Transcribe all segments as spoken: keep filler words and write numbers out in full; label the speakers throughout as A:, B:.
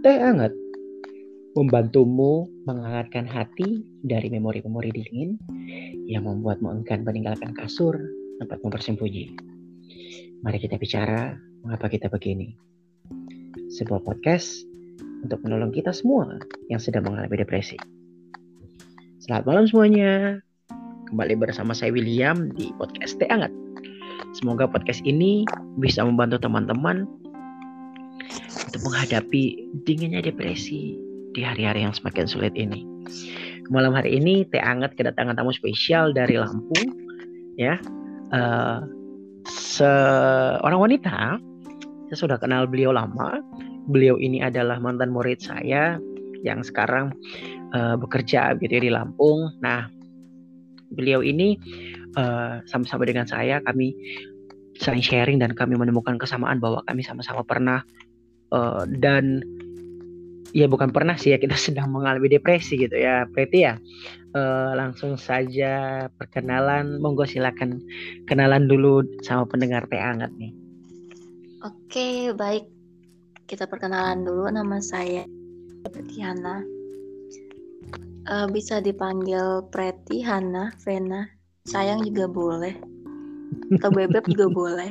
A: Teh hangat membantumu menghangatkan hati dari memori-memori dingin yang membuatmu enggan meninggalkan kasur tempatmu bersembunyi. Mari kita bicara mengapa kita begini. Sebuah podcast untuk menolong kita semua yang sedang mengalami depresi. Selamat malam semuanya. Kembali bersama saya William di podcast Teh Hangat. Semoga podcast ini bisa membantu teman-teman untuk menghadapi dinginnya depresi di hari-hari yang semakin sulit ini. Malam hari ini Teh Hangat kedatangan tamu spesial dari Lampung, ya, uh, seorang wanita. Saya sudah kenal beliau lama. Beliau ini adalah mantan murid saya yang sekarang uh, bekerja gitu ya di Lampung. Nah, beliau ini uh, sama-sama dengan saya, kami saling sharing dan kami menemukan kesamaan bahwa kami sama-sama pernah uh, dan ya bukan pernah sih ya, kita sedang mengalami depresi gitu ya, Preti ya. Uh, langsung saja perkenalan, monggo silakan kenalan dulu sama pendengar Teh Hangat nih.
B: Oke, baik. Kita perkenalan dulu, nama saya Preti Hana. Uh, bisa dipanggil Preti, Hana, Vena, sayang juga boleh, atau Bebek juga boleh.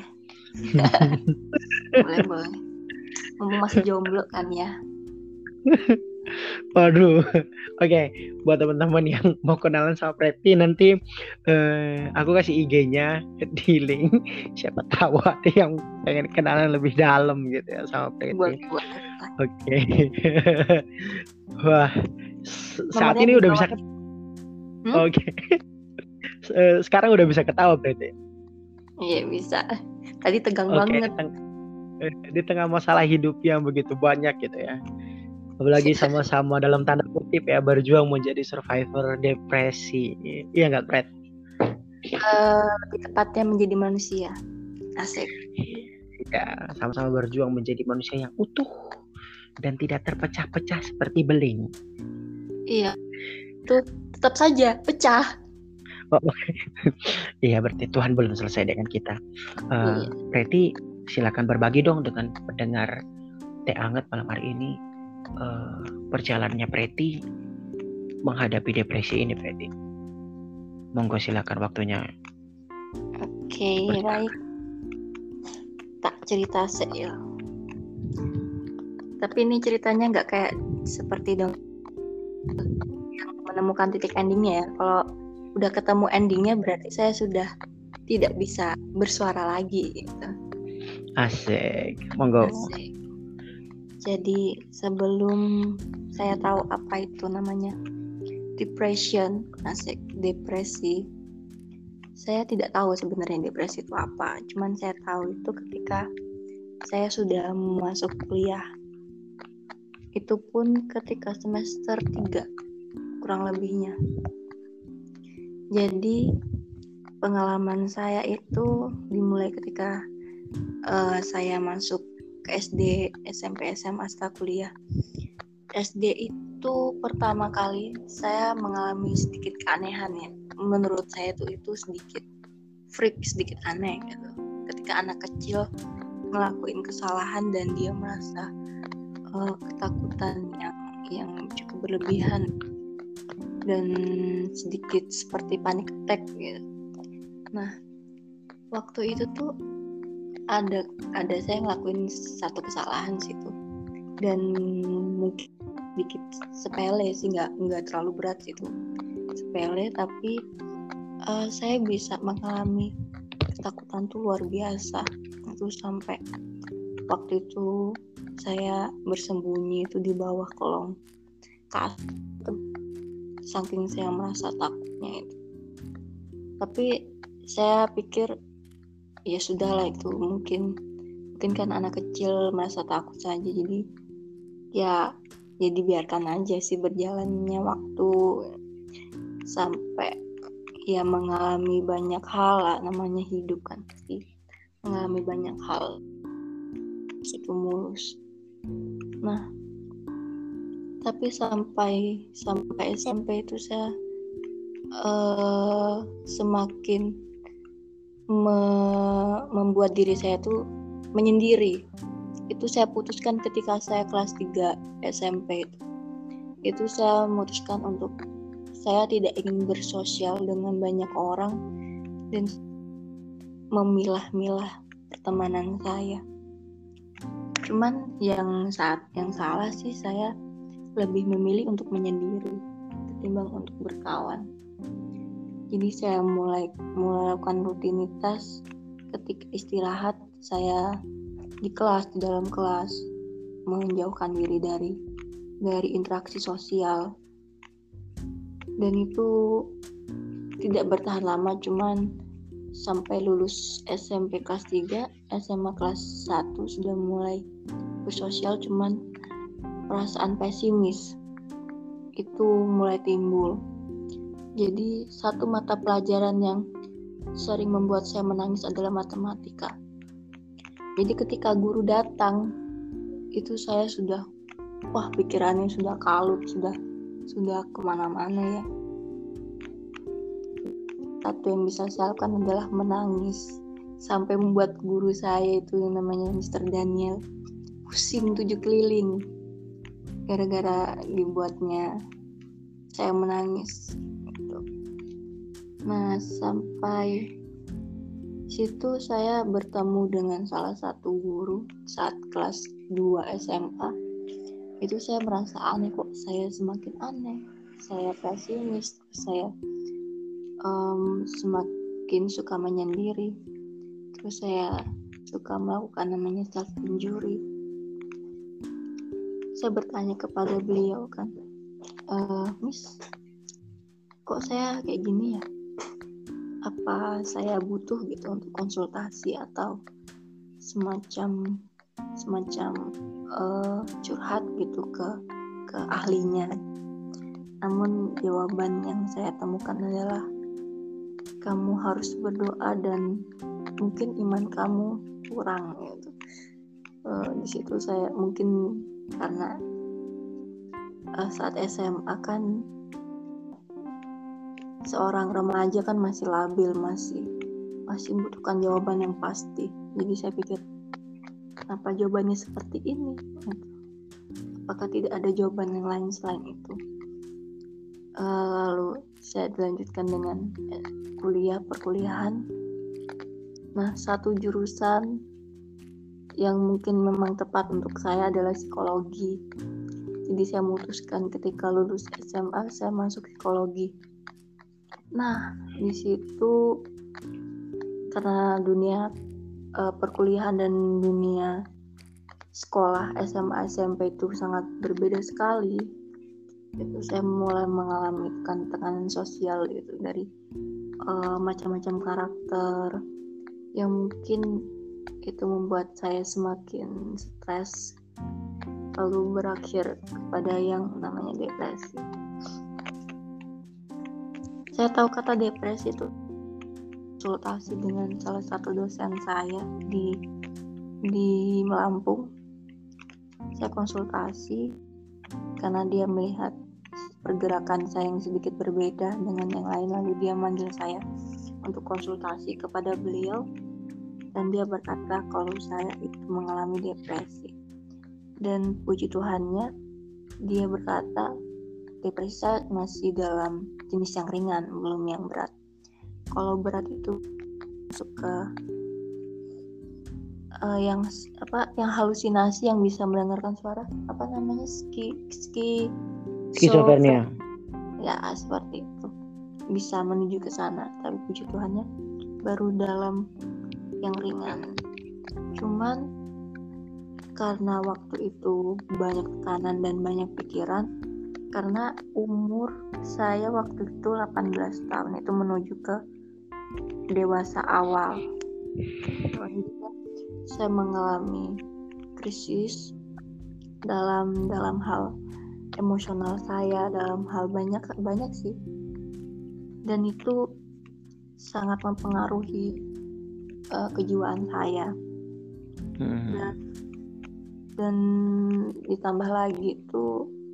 B: boleh boleh. Mumpung masih jomblo kan ya.
A: Waduh, oke, okay. Buat teman-teman yang mau kenalan sama Preti nanti eh, aku kasih I G-nya di link. Siapa tahu ada yang pengen kenalan lebih dalam gitu ya sama Preti.
B: Buat buat.
A: Oke. Okay. Wah, saat Nomornya ini udah bisa. Hmm? Oke. Okay. Sekarang udah bisa ketawa Preti.
B: Iya bisa. Tadi tegang okay, banget.
A: Di tengah masalah hidup yang begitu banyak gitu ya. Apalagi sama-sama dalam tanda kutip ya berjuang menjadi survivor depresi. Iya nggak, Pret?
B: Uh, lebih tepatnya menjadi manusia. Asik.
A: Ya, sama-sama berjuang menjadi manusia yang utuh dan tidak terpecah-pecah seperti beling.
B: Iya. Itu tetap saja pecah.
A: Oh, iya, berarti Tuhan belum selesai dengan kita. Uh, iya. Preti, silakan berbagi dong dengan pendengar Teh Hangat malam hari ini. Uh, perjalanannya Preti menghadapi depresi ini, Preti. Monggo silakan waktunya.
B: Oke, okay, baik. Tak cerita saya. Tapi ini ceritanya nggak kayak seperti dong yang menemukan titik endingnya ya. Kalau udah ketemu endingnya berarti saya sudah tidak bisa bersuara lagi gitu.
A: Asik, monggo.
B: Asik. Jadi sebelum saya tahu apa itu namanya depression, asik, depresi, saya tidak tahu sebenarnya depresi itu apa. Cuman saya tahu itu ketika saya sudah masuk kuliah. Itu pun ketika semester tiga, kurang lebihnya. Jadi pengalaman saya itu dimulai ketika uh, saya masuk ke S D, S M P, S M A, setelah kuliah. S D itu pertama kali saya mengalami sedikit keanehan ya. Menurut saya itu itu sedikit freak, sedikit aneh gitu. Ketika anak kecil ngelakuin kesalahan dan dia merasa uh, ketakutan yang yang cukup berlebihan dan sedikit seperti panic attack gitu. Nah, waktu itu tuh ada ada saya ngelakuin satu kesalahan situ dan mungkin sedikit sepele sih, nggak nggak terlalu berat situ, sepele tapi uh, saya bisa mengalami ketakutan tuh luar biasa. Itu sampai waktu itu saya bersembunyi itu di bawah kolong kasur saking saya merasa takutnya itu. Tapi saya pikir ya sudahlah, itu mungkin mungkin kan anak kecil merasa takut saja, jadi ya jadi biarkan aja sih berjalannya waktu sampai ya mengalami banyak hal lah, namanya hidup kan pasti mengalami banyak hal itu mulus. Nah tapi sampai sampai S M P itu saya uh, semakin Me- membuat diri saya tuh menyendiri, itu saya putuskan ketika saya kelas tiga S M P. Itu, itu saya memutuskan untuk saya tidak ingin bersosial dengan banyak orang dan memilah-milah pertemanan saya. Cuman yang saat yang salah sih, saya lebih memilih untuk menyendiri ketimbang untuk berkawan. Jadi saya mulai melakukan rutinitas ketika istirahat, saya di kelas, di dalam kelas, menjauhkan diri dari dari interaksi sosial. Dan itu tidak bertahan lama, cuman sampai lulus S M P kelas tiga, S M A kelas satu sudah mulai bersosial, cuman perasaan pesimis itu mulai timbul. Jadi satu mata pelajaran yang sering membuat saya menangis adalah matematika. Jadi ketika guru datang, itu saya sudah, wah pikirannya sudah kalut, sudah sudah kemana-mana ya. Satu yang bisa saya lakukan adalah menangis, sampai membuat guru saya itu yang namanya mister Daniel pusing tujuh keliling gara-gara dibuatnya saya menangis. Nah, sampai situ saya bertemu dengan salah satu guru saat kelas dua S M A. Itu saya merasa aneh, kok saya semakin aneh, saya pesimis, saya um, semakin suka menyendiri, terus saya suka melakukan namanya self injury. Saya bertanya kepada beliau kan, e, Miss, kok saya kayak gini ya? Apa saya butuh gitu untuk konsultasi atau semacam semacam uh, curhat gitu ke ke ahlinya. Namun jawaban yang saya temukan adalah, kamu harus berdoa dan mungkin iman kamu kurang gitu. Uh, di situ saya mungkin karena uh, saat S M A kan seorang remaja kan masih labil, masih masih membutuhkan jawaban yang pasti. Jadi saya pikir, kenapa jawabannya seperti ini? Apakah tidak ada jawaban yang lain selain itu? Uh, lalu saya dilanjutkan dengan eh, kuliah perkuliahan. Nah, satu jurusan yang mungkin memang tepat untuk saya adalah psikologi. Jadi saya memutuskan ketika lulus S M A saya masuk psikologi. Nah, di situ karena dunia uh, perkuliahan dan dunia sekolah S M A S M P itu sangat berbeda sekali. Itu saya mulai mengalami tekanan sosial gitu dari uh, macam-macam karakter yang mungkin itu membuat saya semakin stres, lalu berakhir kepada yang namanya depresi. Saya tahu kata depresi itu konsultasi dengan salah satu dosen saya di di Lampung. Saya konsultasi karena dia melihat pergerakan saya yang sedikit berbeda dengan yang lain, lalu dia manggil saya untuk konsultasi kepada beliau dan dia berkata kalau saya itu mengalami depresi. Dan puji Tuhannya dia berkata depresi saya masih dalam jenis yang ringan, belum yang berat. Kalau berat itu masuk ke uh, yang apa yang halusinasi yang bisa mendengarkan suara, apa namanya, ski ski
A: skizofrenia.
B: Ya, seperti itu. Bisa menuju ke sana, tapi puji Tuhannya baru dalam yang ringan. Cuman karena waktu itu banyak tekanan dan banyak pikiran, karena umur saya waktu itu delapan belas tahun, itu menuju ke dewasa awal. Saya mengalami krisis dalam dalam hal emosional saya, dalam hal banyak banyak sih, dan itu sangat mempengaruhi uh, kejiwaan saya. hmm. dan dan ditambah lagi itu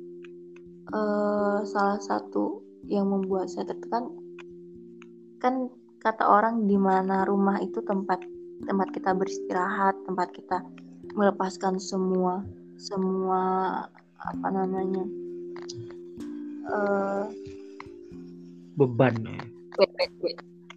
B: uh, salah satu yang membuat saya tertekan, kan kata orang di mana rumah itu tempat tempat kita beristirahat, tempat kita melepaskan semua semua apa namanya uh,
A: beban ya.
B: wait wait wait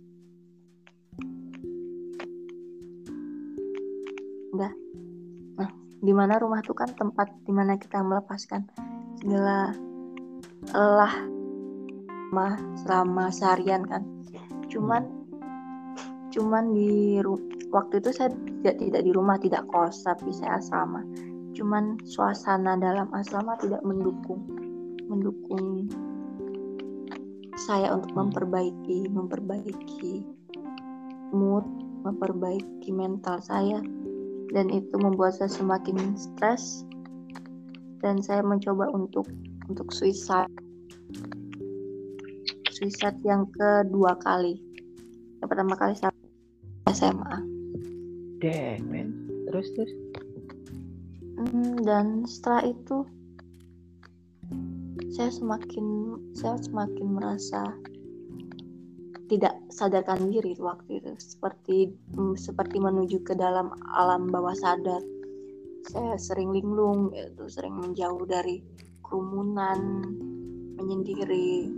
B: udah. Nah, di mana rumah itu kan tempat di mana kita melepaskan segala lelah selama, selama seharian kan. Cuman cuman di ru- waktu itu saya tidak tidak di rumah, tidak kos, tapi saya asrama. Cuman suasana dalam asrama tidak mendukung mendukung saya untuk memperbaiki memperbaiki mood, memperbaiki mental saya, dan itu membuat saya semakin stres, dan saya mencoba untuk untuk suicide suicide yang kedua kali. Yang pertama kali saya S M A.
A: Damn, man. Terus terus.
B: Hmm, dan setelah itu saya semakin saya semakin merasa tidak sadarkan diri waktu itu, seperti hmm, seperti menuju ke dalam alam bawah sadar. Saya sering linglung, itu sering menjauh dari kerumunan, menyendiri.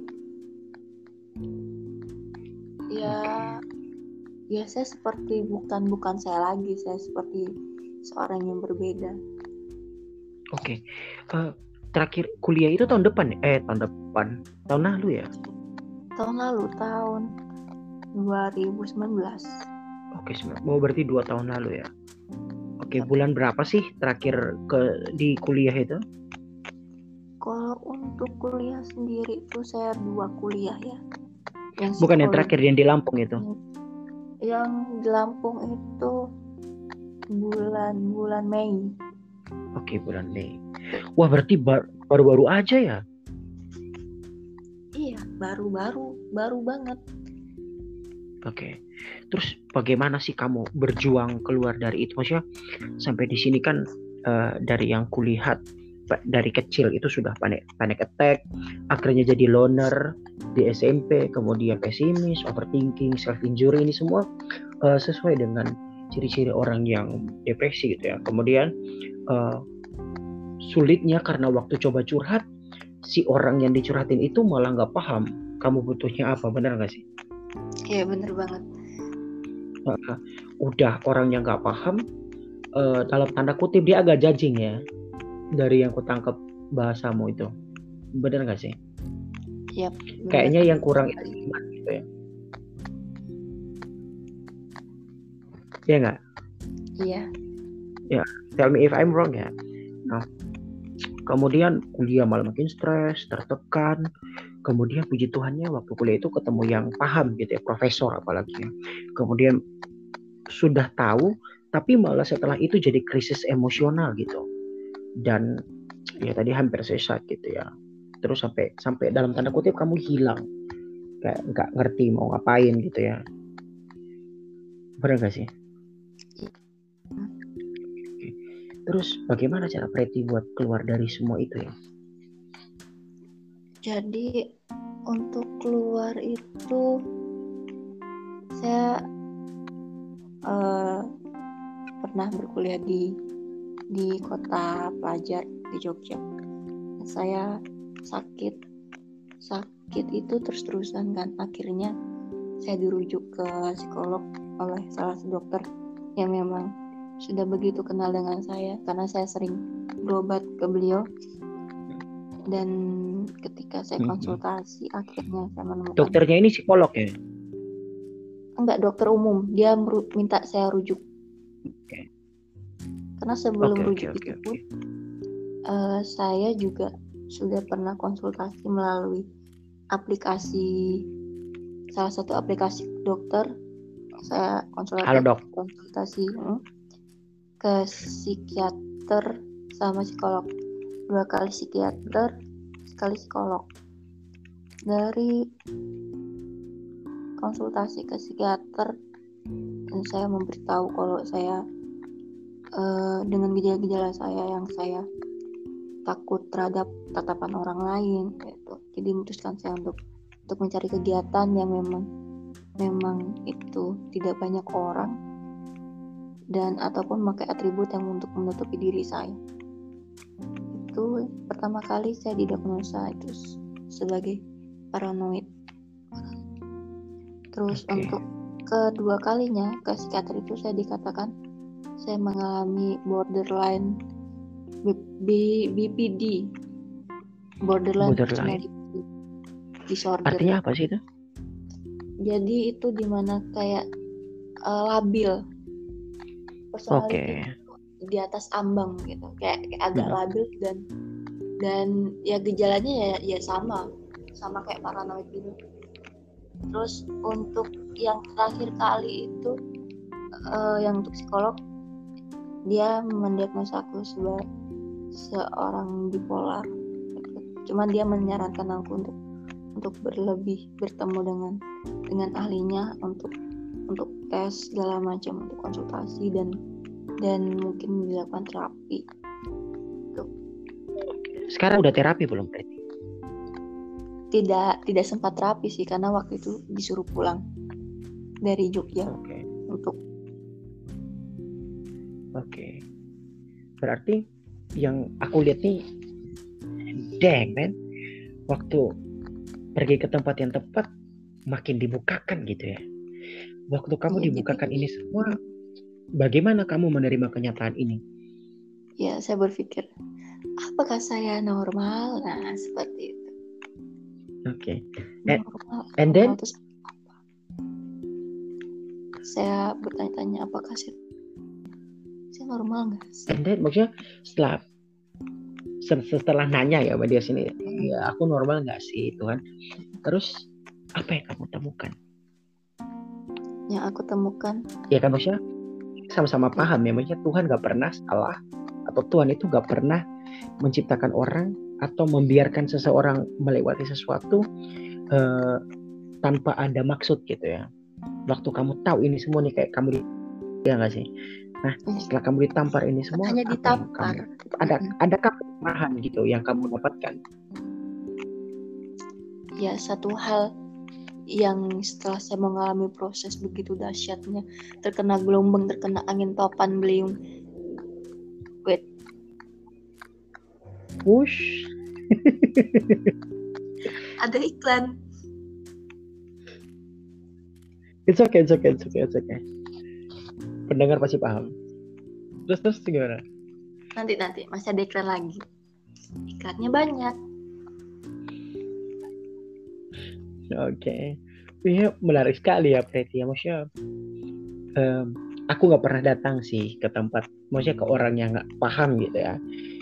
B: Ya, ya saya seperti bukan bukan saya lagi, saya seperti seorang yang berbeda.
A: Oke, okay. uh, terakhir kuliah itu tahun depan, eh tahun depan, tahun lalu ya?
B: Tahun lalu, tahun dua ribu sembilan belas.
A: Oke, okay, mau berarti dua tahun lalu ya? Oke, okay, bulan berapa sih terakhir ke di kuliah itu?
B: Kalau untuk kuliah sendiri itu saya dua kuliah ya.
A: Yang bukan yang terakhir yang di Lampung itu?
B: Yang di Lampung itu bulan bulan Mei.
A: Oke, bulan Mei. Wah, berarti bar- baru-baru aja ya?
B: Iya, baru-baru, baru banget.
A: Oke. Terus bagaimana sih kamu berjuang keluar dari itu? Maksudnya sampai di sini kan uh, dari yang kulihat dari kecil itu sudah panic panic attack, akhirnya jadi loner di S M P, kemudian pesimis, overthinking, self injury, ini semua uh, sesuai dengan ciri-ciri orang yang depresi gitu ya. Kemudian uh, sulitnya karena waktu coba curhat, si orang yang dicurhatin itu malah nggak paham kamu butuhnya apa, benar nggak sih?
B: Iya, bener banget.
A: Uh, udah orang yang nggak paham, uh, dalam tanda kutip dia agak judging ya. Dari yang kutangkap bahasamu itu, benar nggak sih?
B: Yap,
A: kayaknya yang kurang gitu ya. Iya nggak?
B: Iya.
A: Ya, tell me if I'm wrong ya. Nah, kemudian kuliah malah makin stres, tertekan. Kemudian puji Tuhannya waktu kuliah itu ketemu yang paham gitu ya, profesor apalagi ya. Kemudian sudah tahu, tapi malah setelah itu jadi krisis emosional gitu. Dan ya tadi hampir sesat gitu ya. Terus sampai sampai dalam tanda kutip kamu hilang, kayak nggak ngerti mau ngapain gitu ya. Benar nggak sih? Terus bagaimana cara Preti buat keluar dari semua itu ya?
B: Jadi untuk keluar itu saya uh, pernah berkuliah di di kota pelajar di Jogja. Saya sakit sakit itu terus-terusan kan, akhirnya saya dirujuk ke psikolog oleh salah satu dokter yang memang sudah begitu kenal dengan saya karena saya sering berobat ke beliau. Dan ketika saya konsultasi, hmm. akhirnya saya menemukan
A: dokternya ini psikolog ya?
B: Enggak, dokter umum. Dia meru- minta saya rujuk.
A: Okay.
B: Karena sebelum
A: okay,
B: rujuk
A: okay,
B: itu
A: okay,
B: pun
A: okay.
B: Uh, saya juga sudah pernah konsultasi melalui aplikasi, salah satu aplikasi dokter. Saya konsultasi,
A: Halo, dok.
B: konsultasi hmm, ke psikiater sama psikolog. Dua kali psikiater, sekali psikolog. Dari konsultasi ke psikiater, dan saya memberitahu kalau saya uh, dengan gejala-gejala saya yang saya takut terhadap tatapan orang lain gitu. Jadi memutuskan saya untuk untuk mencari kegiatan yang memang memang itu tidak banyak orang, dan ataupun memakai atribut yang untuk menutupi diri saya. Itu pertama kali saya didiagnosa itu sebagai paranoid. Terus
A: Oke.
B: untuk kedua kalinya ke psikiater itu saya dikatakan saya mengalami borderline B, B, BPD, borderline
A: Borderline.
B: personality disorder.
A: Artinya apa sih itu?
B: Jadi itu dimana kayak uh, labil, personality
A: Oke.
B: di atas ambang gitu, kayak, kayak agak
A: Hmm.
B: labil dan dan ya gejalanya ya ya sama sama kayak paranoid gitu. Terus untuk yang terakhir kali itu uh, yang untuk psikolog, dia mendiagnosa aku sebagai seorang bipolar. Cuman dia menyarankan aku untuk untuk berlebih bertemu dengan dengan ahlinya untuk untuk tes segala macam, untuk konsultasi dan dan mungkin dilakukan terapi. Tuh.
A: Sekarang udah terapi belum, Preti?
B: Tidak tidak sempat terapi sih karena waktu itu disuruh pulang dari Jogja.
A: Oke.
B: Untuk
A: Oke. Berarti yang aku lihat nih, dang man, waktu pergi ke tempat yang tepat makin dibukakan gitu ya. Waktu kamu
B: ya,
A: dibukakan
B: jadi,
A: ini semua, bagaimana kamu menerima kenyataan ini?
B: ya saya berpikir, apakah saya normal? Nah, seperti itu.
A: Oke.
B: Normal,
A: And, and
B: normal
A: then
B: itu apa? Saya bertanya-tanya apakah saya, saya normal nggak sih?
A: and then maksudnya setelah setelah nanya ya sama dia sini, ya aku normal nggak sih Tuhan? Terus apa yang kamu temukan?
B: Yang aku temukan,
A: Ya kan maksudnya sama-sama
B: ya,
A: paham ya, maksudnya Tuhan nggak pernah salah, atau Tuhan itu nggak pernah menciptakan orang atau membiarkan seseorang melewati sesuatu uh, tanpa ada maksud gitu ya. Waktu kamu tahu ini semua nih, kayak kamu di, ya nggak sih? Nah, setelah kamu ditampar ini semua,
B: hanya
A: apa yang
B: ditampar.
A: kamu ada adakah kemarahan gitu yang kamu dapatkan?
B: Ya, satu hal yang setelah saya mengalami proses begitu dahsyatnya, terkena gelombang, terkena angin topan beliung. Wait.
A: Push.
B: Ada iklan.
A: It's okay, it's okay, it's okay, it's okay. Pendengar pasti paham. Terus terus gimana?
B: Nanti nanti masih ada iklan lagi. Iklannya banyak.
A: Oke, okay. Ya, menarik sekali ya Preti ya, maksudnya um, aku nggak pernah datang sih ke tempat, maksudnya ke orang yang nggak paham gitu ya.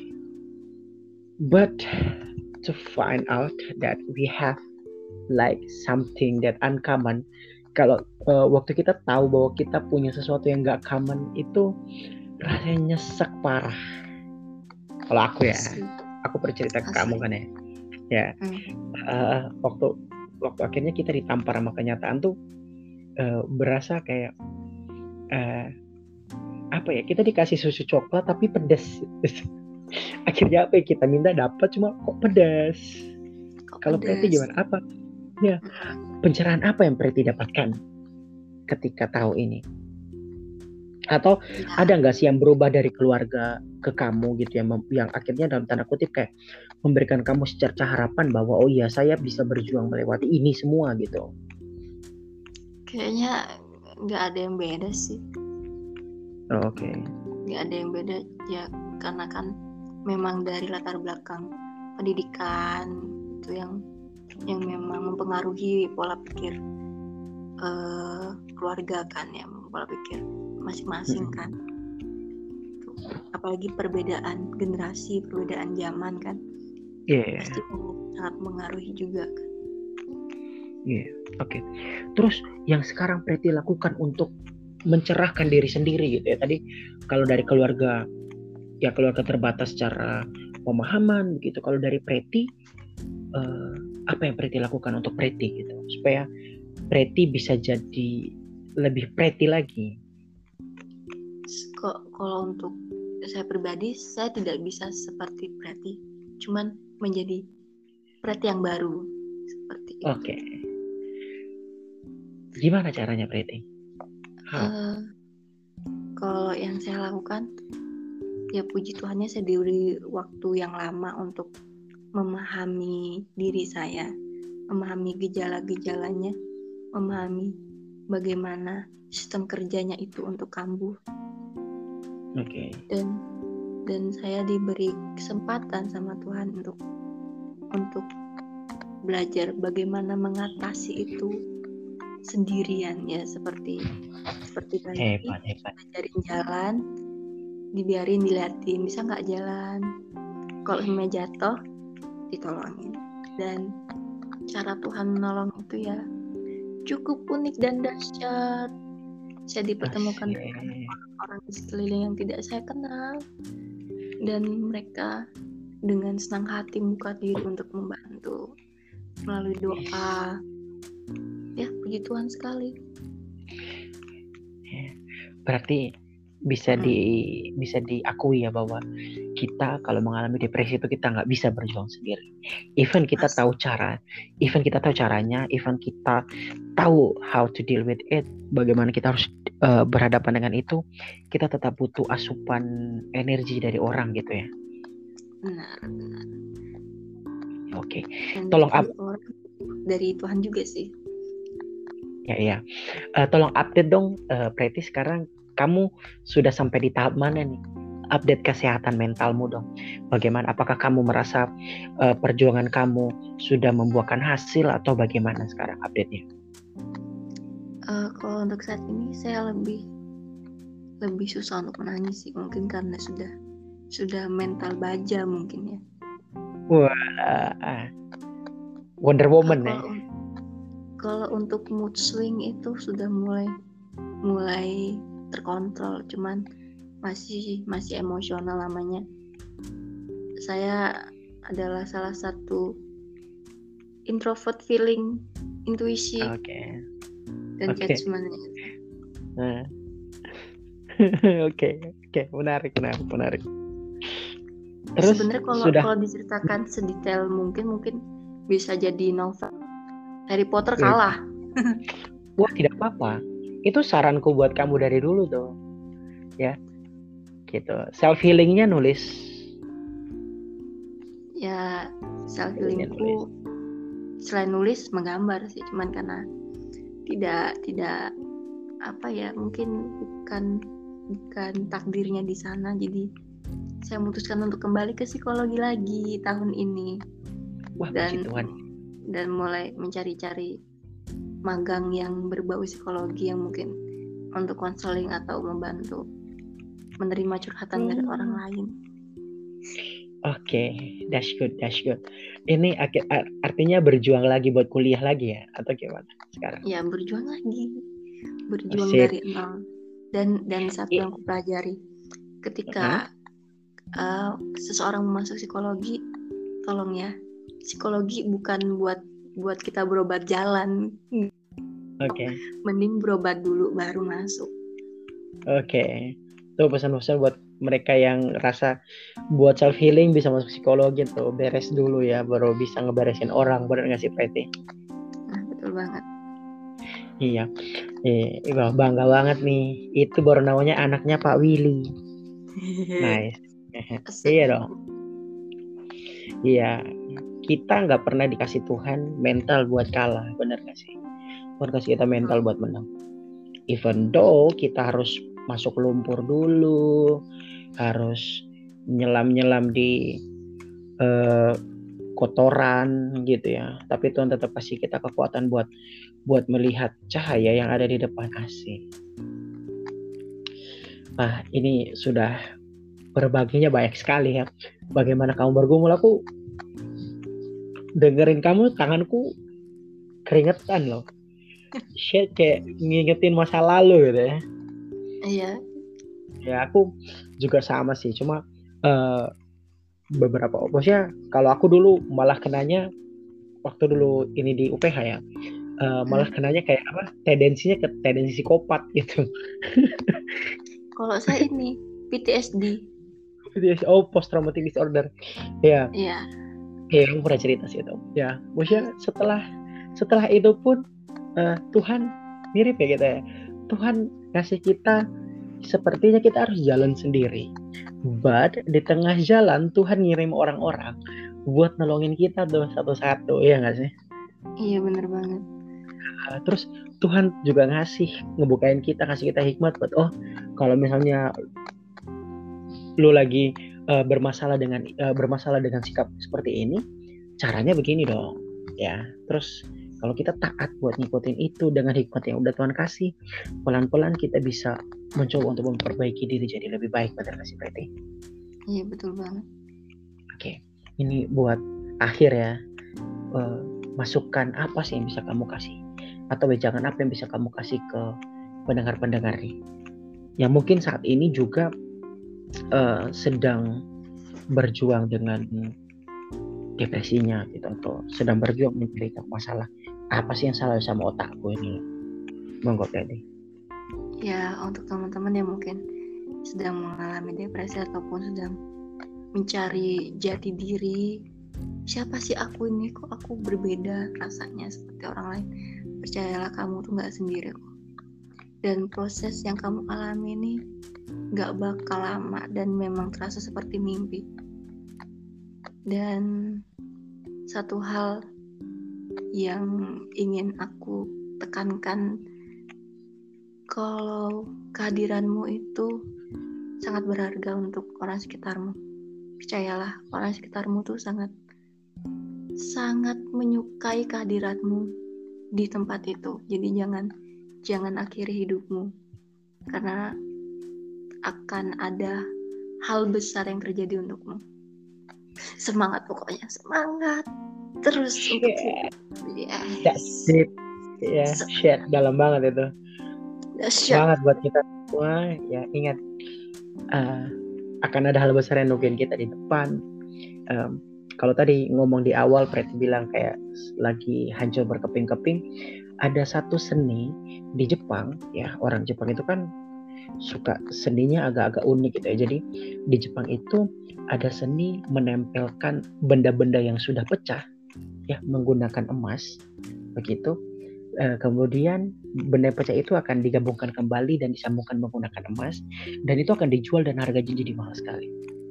A: But to find out that we have like something that uncommon, kalau uh, waktu kita tahu bahwa kita punya sesuatu yang nggak common, itu rasanya nyesek parah. Kalau aku ya, Asli. aku bercerita ke kamu kan ya, ya hmm. uh, waktu waktu akhirnya kita ditampar sama kenyataan tuh uh, berasa kayak uh, apa ya, kita dikasih susu coklat tapi pedas. Akhirnya apa yang kita minta dapat, cuma kok pedas. Kalau Preti gimana? Apa ya, pencerahan apa yang Preti dapatkan ketika tahu ini? Atau ya, ada nggak sih yang berubah dari keluarga ke kamu gitu ya, yang akhirnya dalam tanda kutip kayak memberikan kamu secerca harapan bahwa oh iya, saya bisa berjuang melewati ini semua gitu?
B: Kayaknya nggak ada yang beda sih.
A: Oh, oke. Okay.
B: Nggak ada yang beda ya, karena kan memang dari latar belakang pendidikan itu yang yang memang mempengaruhi pola pikir uh, keluarga kan ya, pola pikir masing-masing kan. Apalagi perbedaan generasi, perbedaan zaman kan, yeah. Pasti sangat mengaruhi juga kan.
A: Iya, yeah. Oke. Okay. Terus yang sekarang Preti lakukan untuk mencerahkan diri sendiri gitu ya. Tadi kalau dari keluarga, ya keluarga terbatas secara pemahaman gitu. Kalau dari Preti, uh, apa yang Preti lakukan untuk Preti gitu, supaya Preti bisa jadi lebih Preti lagi?
B: Kok kalau untuk saya pribadi, saya tidak bisa seperti Preti, cuman menjadi Preti yang baru seperti itu.
A: Oke. Okay. Gimana caranya Preti?
B: Uh, kalau yang saya lakukan, ya puji Tuhannya saya diberi waktu yang lama untuk memahami diri saya, memahami gejala-gejalanya, memahami bagaimana sistem kerjanya itu untuk kambuh.
A: Oke. Okay.
B: Dan dan saya diberi kesempatan sama Tuhan untuk untuk belajar bagaimana mengatasi itu sendirian, ya, seperti seperti tadi
A: Hebat, hebat.
B: ngajarin jalan, dibiarin, diliatin bisa nggak jalan, kalau semuanya jatuh ditolongin. Dan cara Tuhan menolong itu ya cukup unik dan dahsyat. Saya dipertemukan
A: Asyik.
B: dengan orang di sekeliling yang tidak saya kenal, dan mereka dengan senang hati membuka diri untuk membantu melalui doa. Ya, puji Tuhan sekali.
A: Berarti bisa
B: Hmm.
A: di bisa diakui ya bahwa kita kalau mengalami depresi itu kita nggak bisa berjuang sendiri. Even kita
B: Asli.
A: tahu cara, even kita tahu caranya, even kita tahu how to deal with it, bagaimana kita harus uh, berhadapan dengan itu, kita tetap butuh asupan energi dari orang gitu ya.
B: Benar, benar.
A: Oke. Okay.
B: Dan
A: Tolong up
B: orang dari Tuhan juga sih.
A: Ya ya. Uh, tolong update dong, uh, Preti, sekarang kamu sudah sampai di tahap mana nih? Update kesehatan mentalmu dong. Bagaimana? Apakah kamu merasa uh, perjuangan kamu sudah membuahkan hasil atau bagaimana sekarang update-nya?
B: Uh, kalau untuk saat ini saya lebih lebih susah untuk menangis sih, mungkin karena sudah sudah mental baja mungkin ya.
A: Wah, uh, Wonder Woman ya.
B: Kalau, kalau untuk mood swing itu sudah mulai mulai terkontrol, cuman masih masih emosional namanya. Saya adalah salah satu introvert feeling, intuisi,
A: okay.
B: dan
A: okay.
B: judgment-nya.
A: Nah. Oke, oke, menarik, menarik, menarik. Terus
B: sebenarnya kalau
A: sudah...
B: kalau diceritakan sedetail mungkin mungkin bisa jadi novel. Harry Potter kalah.
A: Wah, tidak apa-apa. Itu saranku buat kamu dari dulu tuh. Ya. Gitu. Self healingnya nulis.
B: Ya, self healingku selain nulis menggambar sih, cuman karena tidak tidak apa ya, mungkin bukan bukan takdirnya di sana, jadi saya memutuskan untuk kembali ke psikologi lagi tahun ini.
A: Wah,
B: dan
A: Tuhan.
B: dan mulai mencari-cari magang yang berbau psikologi yang mungkin untuk konseling atau membantu menerima curhatan hmm. dari orang lain.
A: Oke, okay. that's good, that's good. Ini artinya berjuang lagi buat kuliah lagi ya, atau gimana sekarang?
B: Ya, berjuang lagi, berjuang Asik. dari nol. Dan dan satu yeah. yang aku pelajari, ketika uh-huh. uh, seseorang masuk psikologi, tolong ya, psikologi bukan buat buat kita berobat jalan.
A: Oke. Okay.
B: Mending berobat dulu baru masuk.
A: Oke. Okay. Tuh pesan-pesan buat mereka yang rasa buat self healing bisa masuk psikologi tuh, beres dulu ya baru bisa ngeberesin orang, bener nggak sih Preti?
B: Nah, betul banget.
A: Iya. Iya, bangga banget nih. Itu baru namanya anaknya Pak Willy. Nice. Iya dong. Iya. Kita nggak pernah dikasih Tuhan mental buat kalah, bener nggak sih? Tuhan kasih kita mental buat menang. Even though kita harus masuk lumpur dulu, harus nyelam-nyelam di uh, kotoran gitu ya. Tapi Tuhan tetap kasih kita kekuatan buat buat melihat cahaya yang ada di depan. Asik. Nah, ini sudah berbaginya banyak sekali ya. Bagaimana kamu bergumul, aku dengerin kamu tanganku keringetan loh. Shit, kayak ngingetin masa lalu gitu ya.
B: Iya.
A: Ya aku juga sama sih, cuma uh, beberapa opposnya kalau aku dulu malah kenanya waktu dulu ini di U P H ya, uh, malah hmm. kenanya kayak apa? Tendensinya ke tendensi psikopat gitu.
B: Kalau saya ini P T S D.
A: P T S D, oh, post traumatic disorder. Ya.
B: Iya.
A: Iya, aku pernah cerita sih itu. Ya, maksudnya setelah setelah itu pun uh, Tuhan mirip ya kita ya. Tuhan kasih kita sepertinya kita harus jalan sendiri. But di tengah jalan Tuhan ngirim orang-orang buat nolongin kita tuh satu-satu, ya nggak sih?
B: Iya bener banget.
A: Uh, terus Tuhan juga ngasih, ngebukain kita, kasih kita hikmat buat, oh kalau misalnya lu lagi uh, bermasalah dengan uh, bermasalah dengan sikap seperti ini, caranya begini dong, ya. Terus kalau kita taat buat ngikutin itu dengan hikmat yang udah Tuhan kasih, pelan-pelan kita bisa mencoba untuk memperbaiki diri jadi lebih baik, benar nggak sih Preti?
B: Iya betul banget.
A: Oke, ini buat akhir ya, uh, masukan apa sih yang bisa kamu kasih, atau wejangan apa yang bisa kamu kasih ke pendengar-pendengar nih, yang mungkin saat ini juga uh, sedang berjuang dengan depresinya gitu, atau sedang berjuang mencari masalah apa sih yang salah sama otakku ini. Monggo Preti.
B: Ya untuk teman-teman yang mungkin sedang mengalami depresi ataupun sedang mencari jati diri, siapa sih aku ini, kok aku berbeda rasanya seperti orang lain, percayalah kamu tuh gak sendiri kok. Dan proses yang kamu alami ini gak bakal lama dan memang terasa seperti mimpi. Dan satu hal yang ingin aku tekankan, kalau kehadiranmu itu sangat berharga untuk orang sekitarmu. Percayalah, orang sekitarmu tuh sangat sangat menyukai kehadiranmu di tempat itu. Jadi jangan jangan akhiri hidupmu, karena akan ada hal besar yang terjadi untukmu. Semangat pokoknya, semangat terus
A: Shit.
B: untuk hidup. Yes.
A: That's it. Ya, yeah, shit, dalam banget itu. Semangat buat kita semua. Ya, ingat uh, akan ada hal besar yang nungguin kita di depan. Um, kalau tadi ngomong di awal, Preti bilang kayak lagi hancur berkeping-keping. Ada satu seni di Jepang, ya, orang Jepang itu kan suka seninya agak-agak unik gitu ya. Jadi di Jepang itu ada seni menempelkan benda-benda yang sudah pecah, ya, menggunakan emas, begitu. E, kemudian benda pecah itu akan digabungkan kembali dan disambungkan menggunakan emas, dan itu akan dijual dan harganya jadi mahal sekali.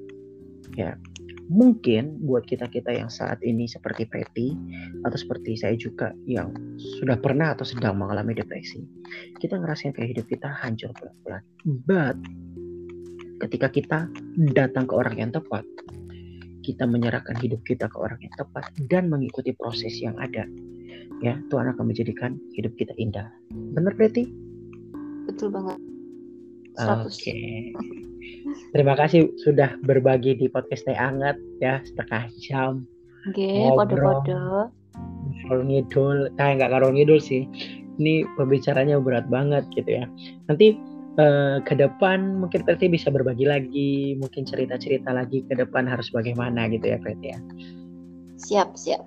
A: Ya, mungkin buat kita-kita yang saat ini seperti Preti atau seperti saya juga yang sudah pernah atau sedang mengalami depresi, kita ngerasain kayak hidup kita hancur pelan-pelan. But ketika kita datang ke orang yang tepat, kita menyerahkan hidup kita ke orang yang tepat dan mengikuti proses yang ada, ya, Tuhan akan menjadikan hidup kita indah. Benar Preti?
B: Betul banget.
A: Oke. Okay. Terima kasih sudah berbagi di podcast Teh Anget, ya, setengah jam.
B: Oke, okay, podo-podo.
A: Ngarol ngidul, kayak nggak ngarol ngidul sih. Ini pembicaranya berat banget gitu ya. Nanti uh, ke depan mungkin Preti bisa berbagi lagi, mungkin cerita-cerita lagi ke depan harus bagaimana gitu ya Preti ya.
B: Siap, siap.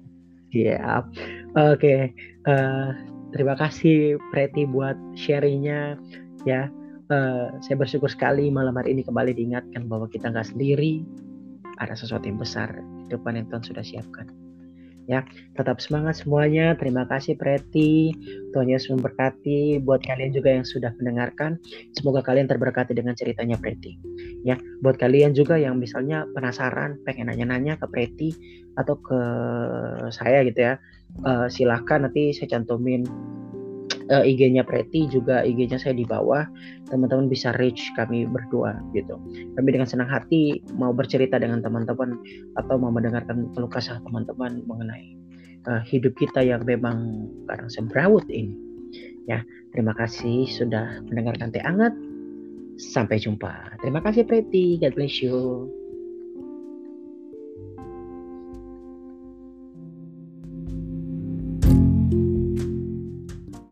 A: Siap. Oke, okay. uh, terima kasih Preti buat sharingnya ya. Uh, saya bersyukur sekali malam hari ini kembali diingatkan bahwa kita nggak sendiri, ada sesuatu yang besar di depan yang Tuhan sudah siapkan. Ya, tetap semangat semuanya. Terima kasih Preti. Tuhan Yesus memberkati. Buat kalian juga yang sudah mendengarkan, semoga kalian terberkati dengan ceritanya Preti. Ya, buat kalian juga yang misalnya penasaran, pengen nanya-nanya ke Preti atau ke saya gitu ya, uh, silahkan nanti saya cantumin Uh, I G-nya Preti, juga I G-nya saya di bawah. Teman-teman bisa reach kami berdua gitu. Kami dengan senang hati mau bercerita dengan teman-teman atau mau mendengarkan keluh kesah teman-teman mengenai uh, hidup kita yang memang kadang semrawut ini. Ya, terima kasih sudah mendengarkan Teh Anget. Sampai jumpa. Terima kasih Preti. God bless you.